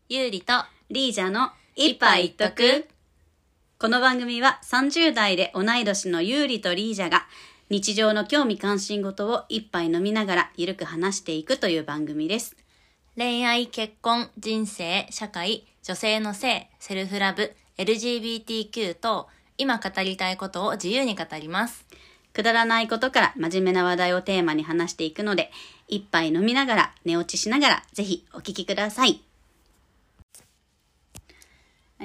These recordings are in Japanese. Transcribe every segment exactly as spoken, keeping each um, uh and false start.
ゆうりとリージャの一杯一徳。この番組はさんじゅう代で同い年のゆうりとリージャが日常の興味関心事を一杯飲みながらゆるく話していくという番組です。 恋愛、結婚、人生、社会、女性の性、セルフラブ、エルジービーティーキュー と今語りたいことを自由に語ります。 くだらないことから真面目な話題をテーマに話していくので、一杯飲みながら寝落ちしながらぜひお聞きください。はい、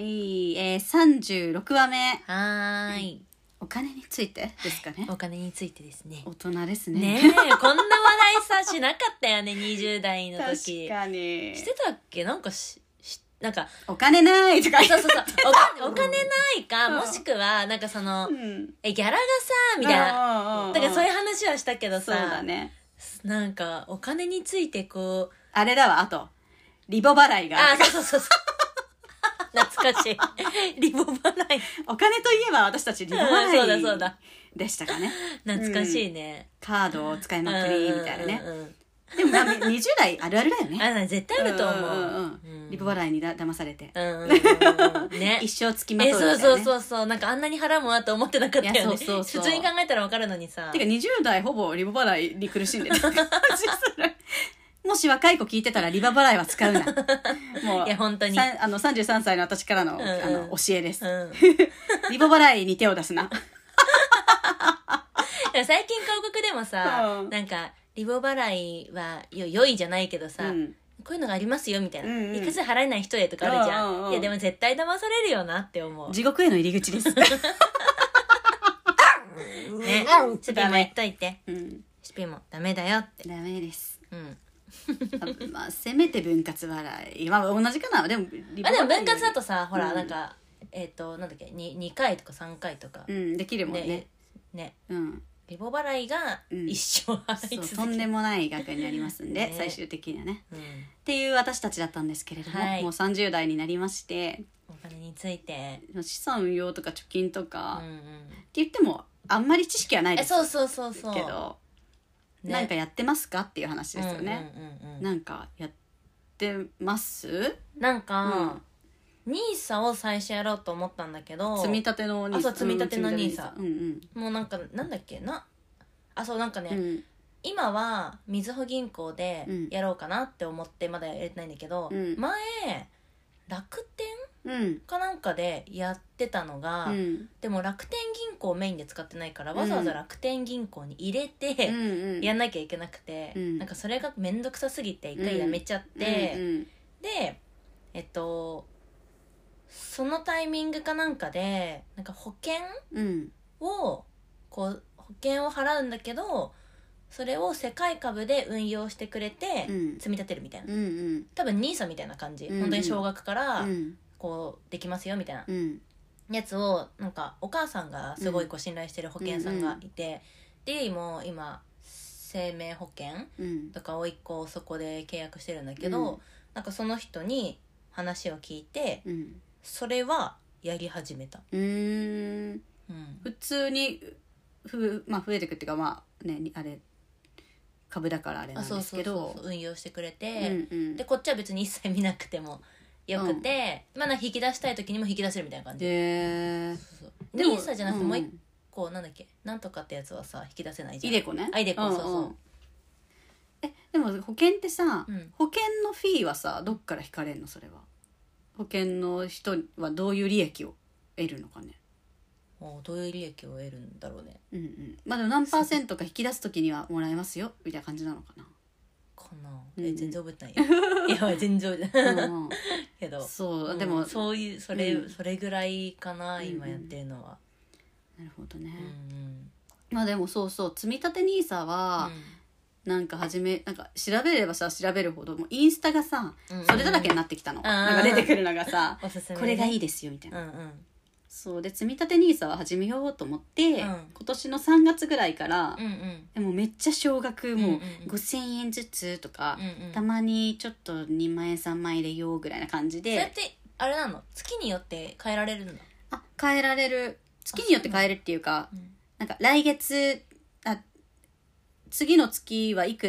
えー、さんじゅうろくわめ。 はーい。 お金についてですかね。 お金についてですね。 大人ですね。 ねえ、こんな話題さしなかったよね、にじゅう代の時。 確かに。 してたっけ？なんかし、しなんかお金ないとか言って。 そうそうそう。お金、お金ないか、 うん、 もしくは、なんかその、 うん、 え、ギャラがさ、みたいな。だからそういう話はしたけどさ。 そうだね。 なんか、お金についてこう。 あれだわ、あと、リボ払いが。 あ、そうそうそうそう。懐かしい。リボ払い。 お金といえば私たちリボ払い、 そうだそうだ。 でしたかね。 懐かしいね。 うん、カードを使いまくり、みたいなね。 うんうんうん、 でも、まあ、にじゅう代あるあるだよね。 あ、絶対あると思う。 うんうんうん、リボ払いにだ騙されて。うんうんうん、ね、一生つきまとうだよね。 え、そうそうそうそう。なんかあんなに払うもんなと思ってなかったよね。 そうそうそう。 普通に考えたらわかるのにさ。 てかにじゅう代ほぼリボ払いに苦しんでる。もし若い子聞いてたらリボ払いは使うな。もう、 いや本当に。 あのさんじゅうさんさいの私からの、うんうん、あの教えです。うん、リボ払いに手を出すな。 最近広告でもさ、うん、なんか、リボ払いはよ良いじゃないけどさ、うん、こういうのがありますよみたいな、うんうん、いくつ払えない人へとかあるじゃん、うんうんうん、いやでも絶対騙されるよなって思う。 地獄への入り口です。ね、 スピも言っといて、 うん、 スピもダメだよって。 ダメです。 うん。 まあせめて分割払い、まあ同じかな。でもリボ払い、まあ、でも分割だとさ、ほら、うん、なんかえっ、ー、となんだっけ 2, にかいとかさんかいとか、 うん、できるもんね。 ね。ね、 うん。 リボ払いが一生払い続ける、 うん、そうとんでもない額になりますんで、ね、最終的にはね、うん、っていう私たちだったんですけれども、はい、もうさんじゅう代になりまして、 お金について資産運用とか貯金とか、うんうん、って言ってもあんまり知識はないですそうそうそうそうけど、ね、なんかやってますかっていう話ですよね、うんうんうんうん、なんかやってますなんか、うん、ニーサを最初やろうと思ったんだけど、 積み立てのニーサ、 あ、そう積み立てのニーサ、 うんうん、 もうなんかなんだっけなあ、そうなんかね、 うん、 今はみずほ銀行でやろうかなって思ってまだやれてないんだけど、うん、前楽天かなんかでやってたのが、うん、でも楽天銀行をメインで使ってないから、うん、わざわざ楽天銀行に入れて、うん、やんなきゃいけなくて、うん、なんかそれがめんどくさすぎて一回やめちゃって、うんうん、でえっとそのタイミングかなんかでなんか保険をこう保険を払うんだけど、それを世界株で運用してくれて積み立てるみたいな、うんうん、多分ニーサみたいな感じ、うんうん、本当に少額からこうできますよみたいなやつを、なんかお母さんがすごいこう信頼してる保険さんがいて、でゆいも今生命保険とかをいっこそこで契約してるんだけど、うん、なんかその人に話を聞いて、うん、それはやり始めた。 うーん、うん、普通にふ、まあ、増えてくっていうか、まあね、あれ株だからあれなんですけど、 そうそうそうそう運用してくれて、うんうん、でこっちは別に一切見なくてもよくて、うん、まあ引き出したい時にも引き出せるみたいな感じで、ニーサじゃなくてもう一個、うん、なんだっけなんとかってやつはさ引き出せないじゃん。 イデコね。 あ、イデコ、うんうん、そうそう。 えでも保険ってさ、うん、保険のフィーはさどっから引かれるの？それは保険の人はどういう利益を得るのかね。 どういう利益を得るんだろうね。 うんうん。まあでも何パーセントか引き出すときにはもらえますよみたいな感じなのかな。 かな。え、うん、全然覚えてない。いや全然覚えてない。うん、けど。 そう、うん、でもそういうそれ、うん、それぐらいかな、今やってるのは。 なるほどね。 うんうん、 まあでもそうそう積み立てニーサは、うん、なんか初めなんか調べればさ調べるほどもうインスタがさ、うんうん、それだらけになってきたの。なんか出てくるのがさ、おすすめね、これがいいですよみたいな。うんうん、そうで積み立てニーサは始めようと思って、うん、今年のさんがつぐらいから、うんうん、でもめっちゃ少額、もうごせんえんずつとか、うんうん、たまにちょっとにまんえんさんまんえん入れようぐらいな感じで。 それってあれなの？月によって変えられるの？ あ、変えられる。月によって変えるっていうか、うん、なんか来月あ次の月はいくら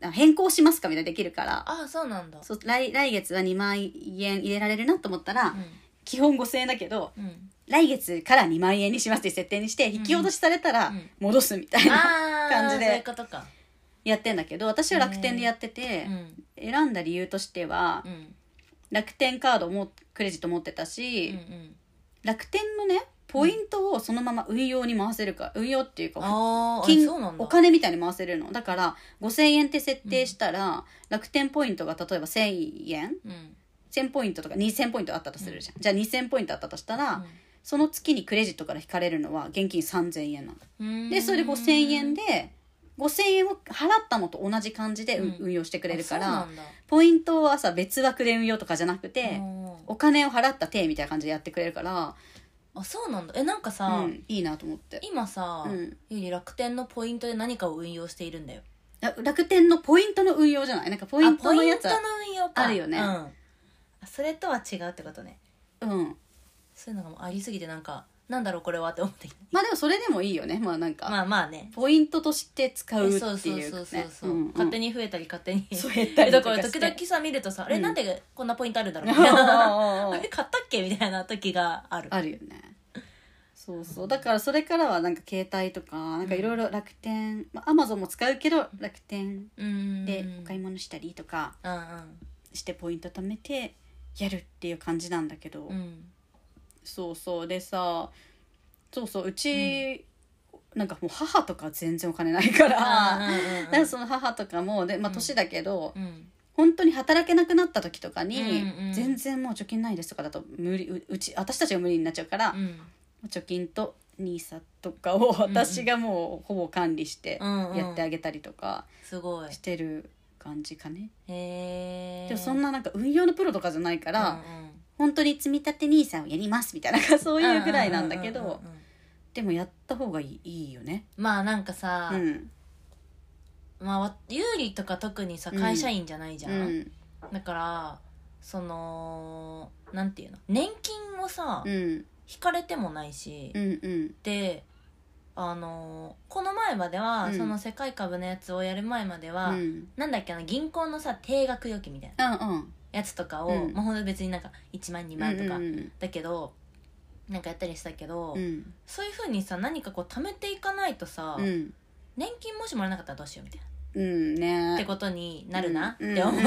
変更しますかみたいなできるから。 あ、そうなんだ。 そう 来, 来月はにまんえん入れられるなと思ったら、うん、基本ごせんえんだけど、うん、来月からにまんえんにしますっていう設定にして、引き落としされたら戻すみたいな、うん、感じでやってんだけど、私は楽天でやってて、うん、選んだ理由としては、うん、楽天カードもクレジット持ってたし、うんうん、楽天のねポイントをそのまま運用に回せるか、運用っていうか金お金みたいに回せるのだからごせんえんって設定したら、うん、楽天ポイントが例えばせんえん、うん、せんポイントとかにせんポイントあったとするじゃん、うん、じゃあにせんポイントあったとしたら、うん、その月にクレジットから引かれるのは現金さんぜんえんなので、それでごせんえんでごせんえんを払ったのと同じ感じで、うん、運用してくれるから、ポイントはさ別枠で運用とかじゃなくて、お金を払った手みたいな感じでやってくれるから、 あ、そうなんだ。え、なんかさ、うん、いいなと思って。 今さ、うん、ゆり楽天のポイントで何かを運用しているんだよ。 楽天のポイントの運用じゃない？なんかポイントのやつあ、ポイントの運用か。 あるよね。うん。 それとは違うってことね。 うん。 そういうのがもうありすぎてなんか、なんだろうこれはって思ってきた。 まあでもそれでもいいよね。まあなんか。 まあまあね。 ポイントとして使うっていう、ね。 そうそうそうそうそう、うんうん。勝手に増えたり勝手に。 増えたりとかして。 だから時々さ見るとさ、あれなんでこんなポイントあるんだろうみたいな。あれ買ったっけみたいな時がある。 あるよね。そうそう、だからそれからはなんか携帯とかなんかいろいろ楽天、うん、まあ、アマゾンも使うけど楽天でお買い物したりとかしてポイント貯めてやるっていう感じなんだけど、うん、そうそうでさ、そうそううち、うん、なんかもう母とか全然お金ないから、だからその母とかもで、まあ、年だけど、うんうん、本当に働けなくなった時とかに、うんうん、全然もう貯金ないですとかだと無理、 う, うち私たちが無理になっちゃうから、うん、貯金とニーサとかを私がもうほぼ管理してやってあげたりとかしてる感じかね。 へー。 でもそんななんか運用のプロとかじゃないから、うんうん、本当に積み立てニーサをやりますみたいなそういうぐらいなんだけど、でもやった方がいい、いいよね。 まあなんかさ、うん、まあ有利とか特にさ会社員じゃないじゃん、うん、だからそのなんていうの、年金をさ、うん引かれてもないし、 うんうん、 であのこの前までは、うん、その世界株のやつをやる前までは、うん、なんだっけな銀行のさ定額預金みたいなやつとかを、うん、まあ、ほんと別になんかいちまんにまんとか、うんうん、だけどなんかやったりしたけど、うん、そういう風にさ何かこう貯めていかないとさ、うん、年金もしもらえなかったらどうしようみたいな、 うんね、 ってことになるなって思って、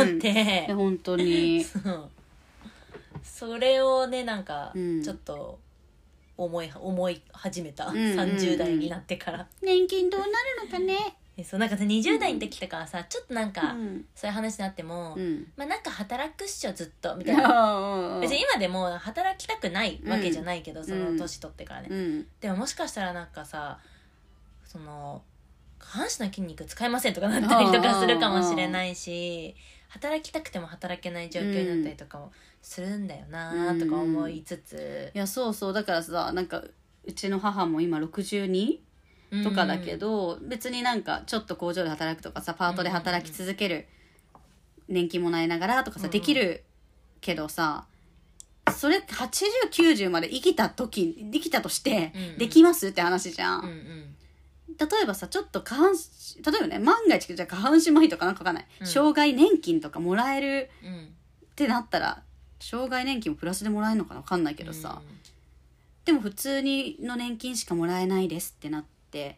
うんうん、本当にそうそれをねなんかちょっと思い思い始めた、うんうんうん、さんじゅう代になってから年金どうなるのかね。 そうなんかさにじゅう代の時とかはさちょっとなんか、うん、そういう話になっても、うん、まあなんか働くっしょずっとみたいな別に今でも働きたくないわけじゃないけど、うん、その年取ってからね、うん、でももしかしたらなんかさその下半身の筋肉使えませんとかなったりとかするかもしれないし、働きたくても働けない状況になったりとかもするんだよなとか思いつつ、うん、 いやそうそうだからさなんかうちの母も今ろくじゅうにとかだけど、うん、別になんかちょっと工場で働くとかさパートで働き続ける、うん、年金もらいながらとかさ、うん、できるけどさそれはちじゅうきゅうじゅうまで生きた時生きたとしてできますって話じゃん、うんうん、例えばさちょっと下半身例えばね万が一じゃ下半身麻痺とかなんかわかんない、うん、障害年金とかもらえるってなったら障害年金もプラスでもらえるのかなわかんないけどさ、うん、でも普通にの年金しかもらえないですってなって、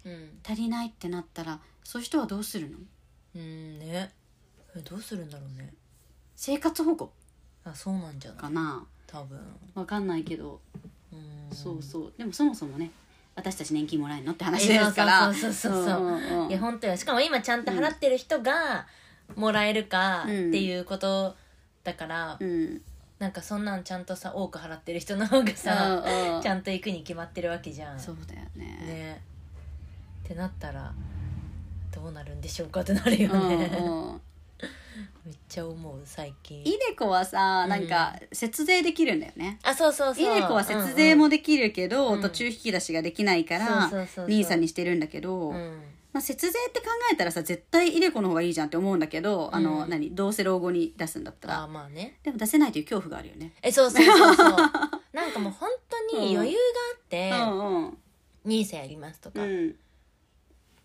うん、足りないってなったらそういう人はどうするの？ うんねどうするんだろうね。 生活保護あそうなんじゃないかな多分わかんないけどうんそうそうでもそもそもね私たち年金もらえるのって話ですからそうそうそうそうそう、うんうん、いや本当よしかも今ちゃんと払ってる人がもらえるかっていうことだから、うん、なんかそんなんちゃんとさ多く払ってる人の方がさ、うんうん、ちゃんと行くに決まってるわけじゃん。 そうだよね。 ねってなったらどうなるんでしょうかってなるよね、うんうん、めっちゃ思う最近。 イデコはさなんか節税できるんだよね、 うん、あそうそうそうイデコは節税もできるけど、うんうん、途中引き出しができないからニーサにしてるんだけど、うんまあ、節税って考えたらさ絶対イデコの方がいいじゃんって思うんだけど、うん、あの何どうせ老後に出すんだったらあ、まあね、 でも出せないという恐怖があるよね。 えそうそうそうそうなんかもう本当に余裕があって、うんうん、ニーサやりますとか、うん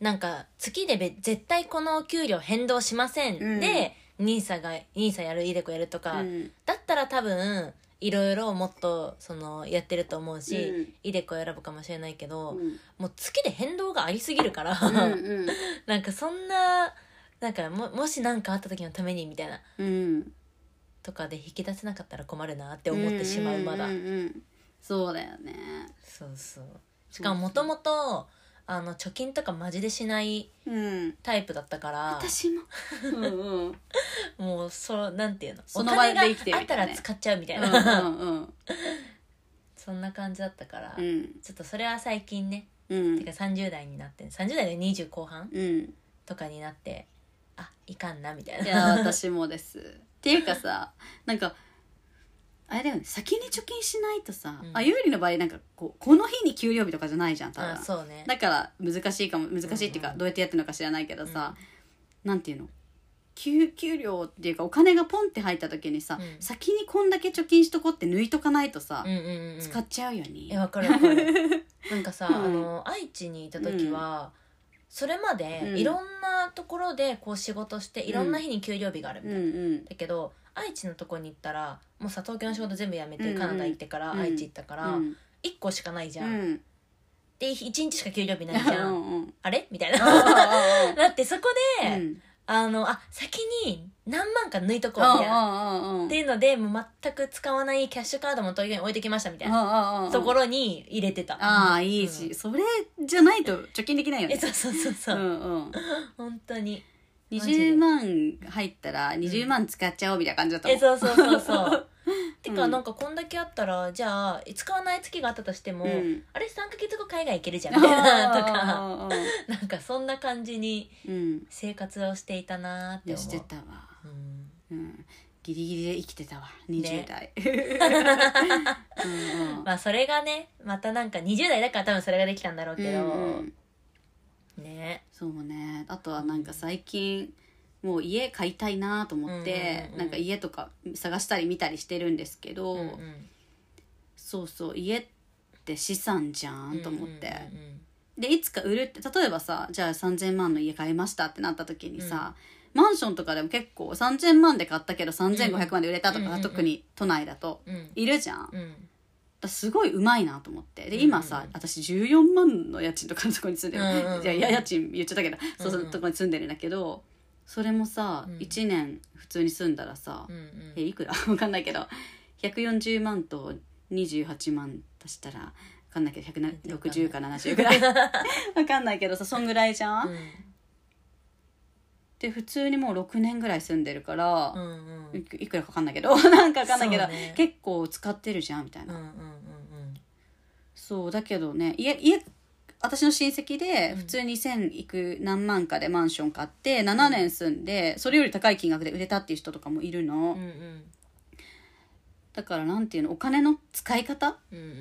なんか月でべ絶対この給料変動しません、うん、でニーサがニーサやるイデコやるとか、うん、だったら多分いろいろもっとそのやってると思うし、うん、イデコ選ぶかもしれないけど、うん、もう月で変動がありすぎるからうん、うん、なんかそんななんか も, もし何かあった時のためにみたいな、うん、とかで引き出せなかったら困るなって思ってしまう、まだ、うんうんうん、 そうだよね。そうそうしかももともとあの貯金とかマジでしないタイプだったから、 うん、私もうん、うん、 もうそなんていうのその場で生きてるみたいな、お金があったら使っちゃうみたいな、うんうんうん、そんな感じだったから、うん、ちょっとそれは最近ね、うん、てかさんじゅう代になってさんじゅう代でにじゅう後半、うん、とかになってあいかんなみたいな。 いや私もですっていうかさなんかあれだよね、先に貯金しないとさ、うん、あゆうりの場合なんかこうこの日に給料日とかじゃないじゃん多分。 あそうね、 だから難しいかも難しいっていうか、うんうん、どうやってやってるのか知らないけどさ、うん、なんていうの 給, 給料っていうかお金がポンって入った時にさ、うん、先にこんだけ貯金しとこうって抜いとかないとさ、うんうんうん、使っちゃうよね。 えわかるわかるなんかさ、うん、あの愛知にいた時は、うん、それまでいろんなところでこう仕事していろんな日に給料日があるみたいな、うんうん、だけど愛知のとこに行ったらもうさ東京の仕事全部辞めてカナダ行ってから愛知行ったから、うん、いっこしかないじゃん、うん、でいちにちしか給料日ないじゃんうん、あれみたいなだってそこで、うん、あのあ先に何万か抜いとこうみたいなっていうのでもう全く使わないキャッシュカードも東京に置いてきましたみたいなところに入れてた。 ああいいし、うん、それじゃないと貯金できないよね。 えそうそうそうそう、うんうん、本当ににじゅうまん入ったらにじゅうまん使っちゃおうみたいな感じだったもん、 うん、えそうそうそうそうてかなんかこんだけあったらじゃあ使わない月があったとしても、うん、あれさんかげつご海外行けるじゃんみたいなとかなんかそんな感じに生活をしていたなって思う、 してたわ、うんうん、ギリギリで生きてたわにじゅう代、ねうんうん、まあそれがねまたなんかにじゅう代だから多分それができたんだろうけど、うんね、 そうね。あとはなんか最近もう家買いたいなと思って、うんうんうん、なんか家とか探したり見たりしてるんですけど、うんうん、そうそう家って資産じゃんと思って、うんうんうん、でいつか売るって例えばさじゃあさんぜんまんの家買いましたってなった時にさ、うん、マンションとかでも結構さんぜんまんで買ったけどさんぜんごひゃくまんで売れたとか、うんうんうん、特に都内だと、うん、いるじゃん、うんすごいうまいなと思ってで今さ、うんうん、私じゅうよんまんの家賃とかのとこに住んでる、うんうんうん、いや家賃言っちゃったけど、うんうん、そうそうとこに住んでるんだけどそれもさ、うん、いちねん普通に住んだらさ、うんうん、えいくら分かんないけどひゃくよんじゅうまんとにじゅうはちまん足したら分かんないけどひゃくろくじゅうかななじゅうぐらい分かんないけどさそんぐらいじゃん、うん、で普通にもうろくねんぐらい住んでるから、うんうん、い, いくらか分かんないけどなんか分かんないけど、ね、結構使ってるじゃんみたいな、うんうんうんうん、そうだけどね家家私の親戚で普通にせんいく何万かでマンション買ってななねん住んでそれより高い金額で売れたっていう人とかもいるの、うんうん、だからなんていうのお金の使い方、うんうんうん、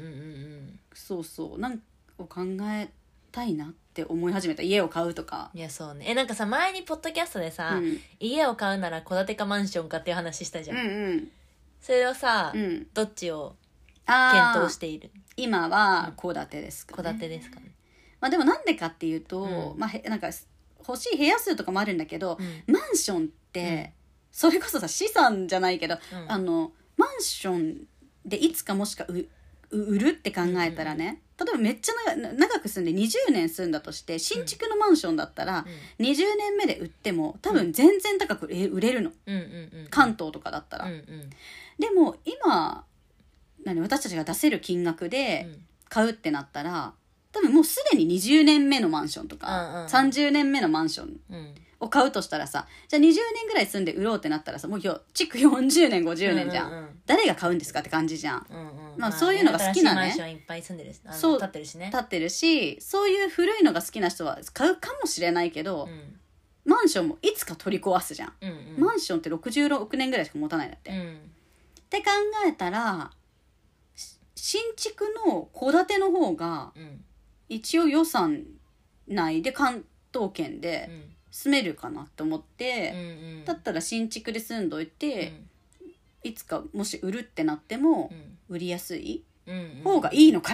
そうそうなんかを考えたいなって思い始めた家を買うとか。 いやそうねえなんかさ前にポッドキャストでさ、うん、家を買うなら戸建てかマンションかっていう話したじゃん、うんうん、それをさ、うん、どっちを検討している？ 今は戸建てですかね。 戸建てですかね。 まあ、でもなんでかっていうと、うんまあ、なんか欲しい部屋数とかもあるんだけど、うん、マンションってそれこそさ資産じゃないけど、うん、あのマンションでいつかもしかう売るって考えたらね、うんうん、例えばめっちゃ長, 長く住んでにじゅうねん住んだとして新築のマンションだったら、うん、にじゅうねんめで売っても多分全然高く売れるの、うんうんうん、関東とかだったら、うんうん、でも今何私たちが出せる金額で買うってなったら多分もうすでににじゅうねんめのマンションとか、うんうん、さんじゅうねんめのマンションを買うとしたらさじゃあにじゅうねんぐらい住んで売ろうってなったらさもう築よんじゅうねんごじゅうねんじゃん、うんうんうん、誰が買うんですかって感じじゃん、うんうんまあ、そういうのが好きなね、 マンションいっぱい住んでるそう建ってるしね建ってるしそういう古いのが好きな人は買うかもしれないけど、うん、マンションもいつか取り壊すじゃん、うんうん、マンションってろくじゅうろくねんぐらいしか持たないんだって、うん、って考えたら新築の戸建ての方が、うん一応予算内で関東圏で住めるかなと思って、うんうん、だったら新築で住んどいて、うん、いつかもし売るってなっても売りやすい方がいいのかなと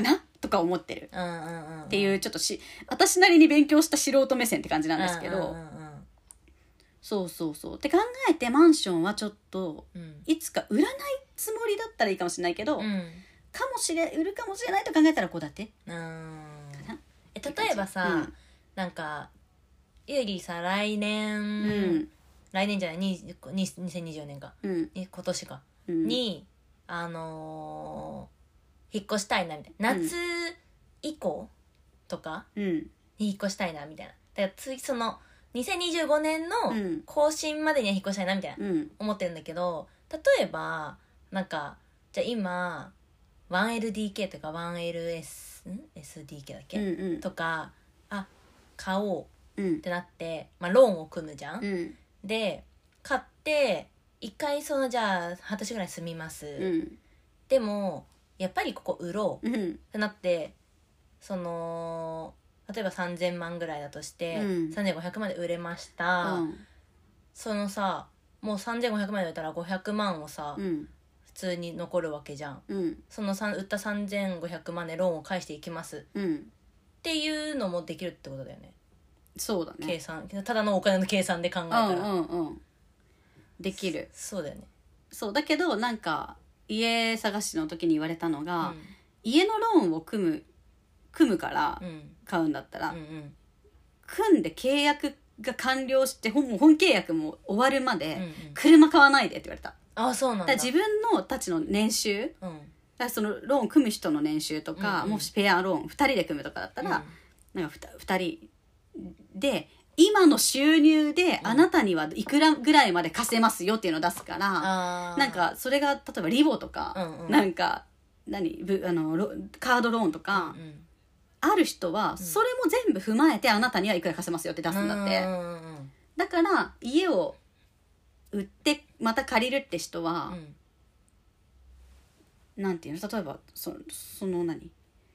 とか思ってる、 うんうんうんうん、 っていうちょっとし私なりに勉強した素人目線って感じなんですけど、うんうんうんうん、そうそうそうって考えてマンションはちょっと、うん、いつか売らないつもりだったらいいかもしれないけど、うん、かもしれ売るかもしれないと考えたら戸建て、うん、 え例えばさ、うん、なんかゆりさ来年、うん、来年じゃないにせんにじゅうよねんか、うん、今年か、うん、にあのー、引っ越したいなみたいな、夏以降とかに引っ越したいなみたいな、だから次そのにせんにじゅうごねんの更新までには引っ越したいなみたいな、うん、思ってるんだけど、例えばなんかじゃあ今 ワンエルディーケー とか ワンエルエス ん エスディーケー だっけ、うんうん、とかあ買おうってなって、まあ、ローンを組むじゃん、うん、で買って一回そのじゃあはんとしぐらい住みます、うん、でもやっぱりここ売ろうってなって、その例えばさんぜんまんぐらいだとして、うん、さんぜんごひゃくまんで売れました、うん、そのさもうさんぜんごひゃくまんで売ったらごひゃくまんをさ、うん、普通に残るわけじゃん、うん、その売ったさんぜんごひゃくまんでローンを返していきます、うん、っていうのもできるってことだよね。 そうだね、 計算ただのお金の計算で考えたら、うんうんうん、 できる。 そうだよね。 そうだけどなんか家探しの時に言われたのが、うん、家のローンを組む組むから買うんだったら、うんうん、組んで契約が完了して本、本契約も終わるまで車買わないでって言われた、 うんうん、あそうなんだ。 だから自分のたちの年収、うん、だからそのローン組む人の年収とか、うんうん、もしペアローンふたりで組むとかだったら、うん、なんか 2, ふたりで今の収入であなたにはいくらぐらいまで貸せますよっていうのを出すから、うん、なんかそれが例えばリボとか、うんうん、なんか何あのカードローンとか、うんうん、ある人はそれも全部踏まえてあなたにはいくら貸せますよって出すんだって、うんうんうん、だから家を売ってまた借りるって人は、うん、なんていうの例えば そ, その何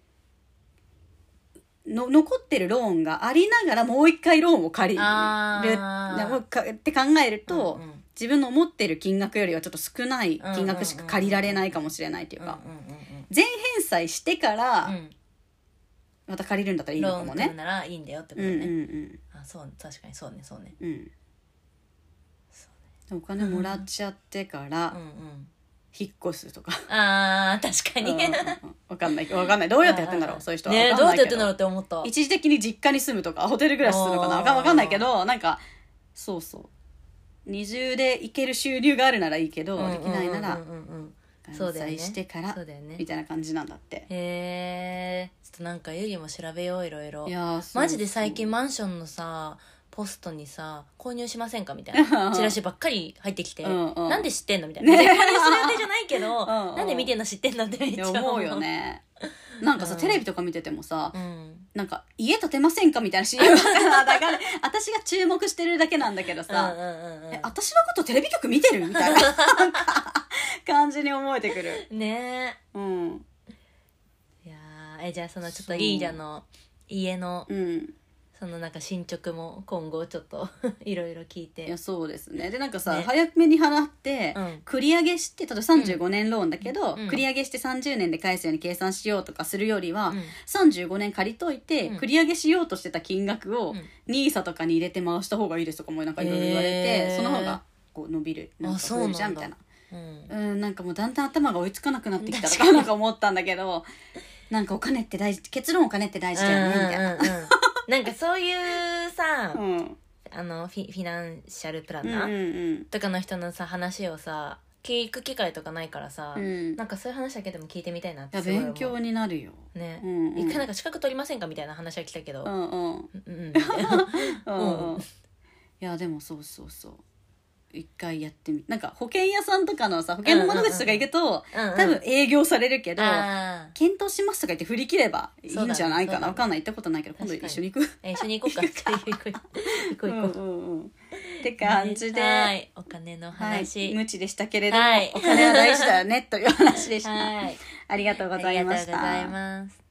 の残ってるローンがありながらもう一回ローンを借りるって考えると、うんうん、自分の持ってる金額よりはちょっと少ない金額しか借りられないかもしれないっていうか、全返済してからまた借りるんだったらいいのかもね。ローン組むならいいんだよってことね、うんうんうん、あそう確かにそうねそうね、うん、そうね。お金もらっちゃってから、うんうん引っ越すとかあー確かに、うん、 分かんない分かんないどうやってやってんだろうそういう人はねどうやってやってんだろうって思った。 一時的に実家に住むとかホテル暮らしするのかな分かんないけどなんかそうそう二重で行ける収入があるならいいけど、うんうんうんうん、できないなら完済してから、ね、みたいな感じなんだって。 へーちょっとなんかゆりも調べよういろいろ。いやマジで最近マンションのさポストにさ購入しませんかみたいなチラシばっかり入ってきてうん、うん、なんで知ってんのみたいな、ね、購入する予定じゃないけどうん、なんで見てんの知ってんのってめっちゃ思うよね。なんかさ、うん、テレビとか見ててもさ、うん、なんか家建てませんかみたいな シーエム だから、私が注目してるだけなんだけどさ、うんうんうんうん、え私のことテレビ局見てるみたいななんか感じに思えてくるねえ、うん、いやえじゃあそのちょっとリーダーの家の、うんそのなんか進捗も今後ちょっといろいろ聞いて。 いやそうですね。でなんかさ、ね、早めに払って、うん、繰り上げして例えばさんじゅうごねんローンだけど、うん、繰り上げしてさんじゅうねんで返すように計算しようとかするよりは、うん、さんじゅうごねん借りといて、うん、繰り上げしようとしてた金額を、うん、ニーサ とかに入れて回した方がいいですとかもなんかいろいろ言われて、その方がこう伸びるなんか増えるじゃんみたいな。うん、うんなんかもうだんだん頭が追いつかなくなってきたとかなんか思ったんだけどなんかお金って大事結論お金って大事だよねみたいな。うんうんうんなんかそういうさ、うん、あのフィ、フィナンシャルプランナー、うんうん、とかの人のさ話をさ聞く機会とかないからさ、うん、なんかそういう話だけでも聞いてみたいなってすごい思う。 勉強になるよね、うんうん、一回なんか資格取りませんかみたいな話は来たけどうんうんうんみたいなうん、うん、いやでもそうそうそう一回やってみなんか保険屋さんとかのさ保険の窓口とか行くと、うんうんうん、多分営業されるけど、うんうん、検討しますとか言って振り切ればいいんじゃないかな、分かんない行ったことないけど今度一緒に行く一緒に行こうか行こう行こう行こう行こう、うんうんうん、 って感じで、 はい、お金の話、 はい、無知でしたけれども、はい、お金は大事だよねという話でした、はい、ありがとうございました。 ありがとうございます。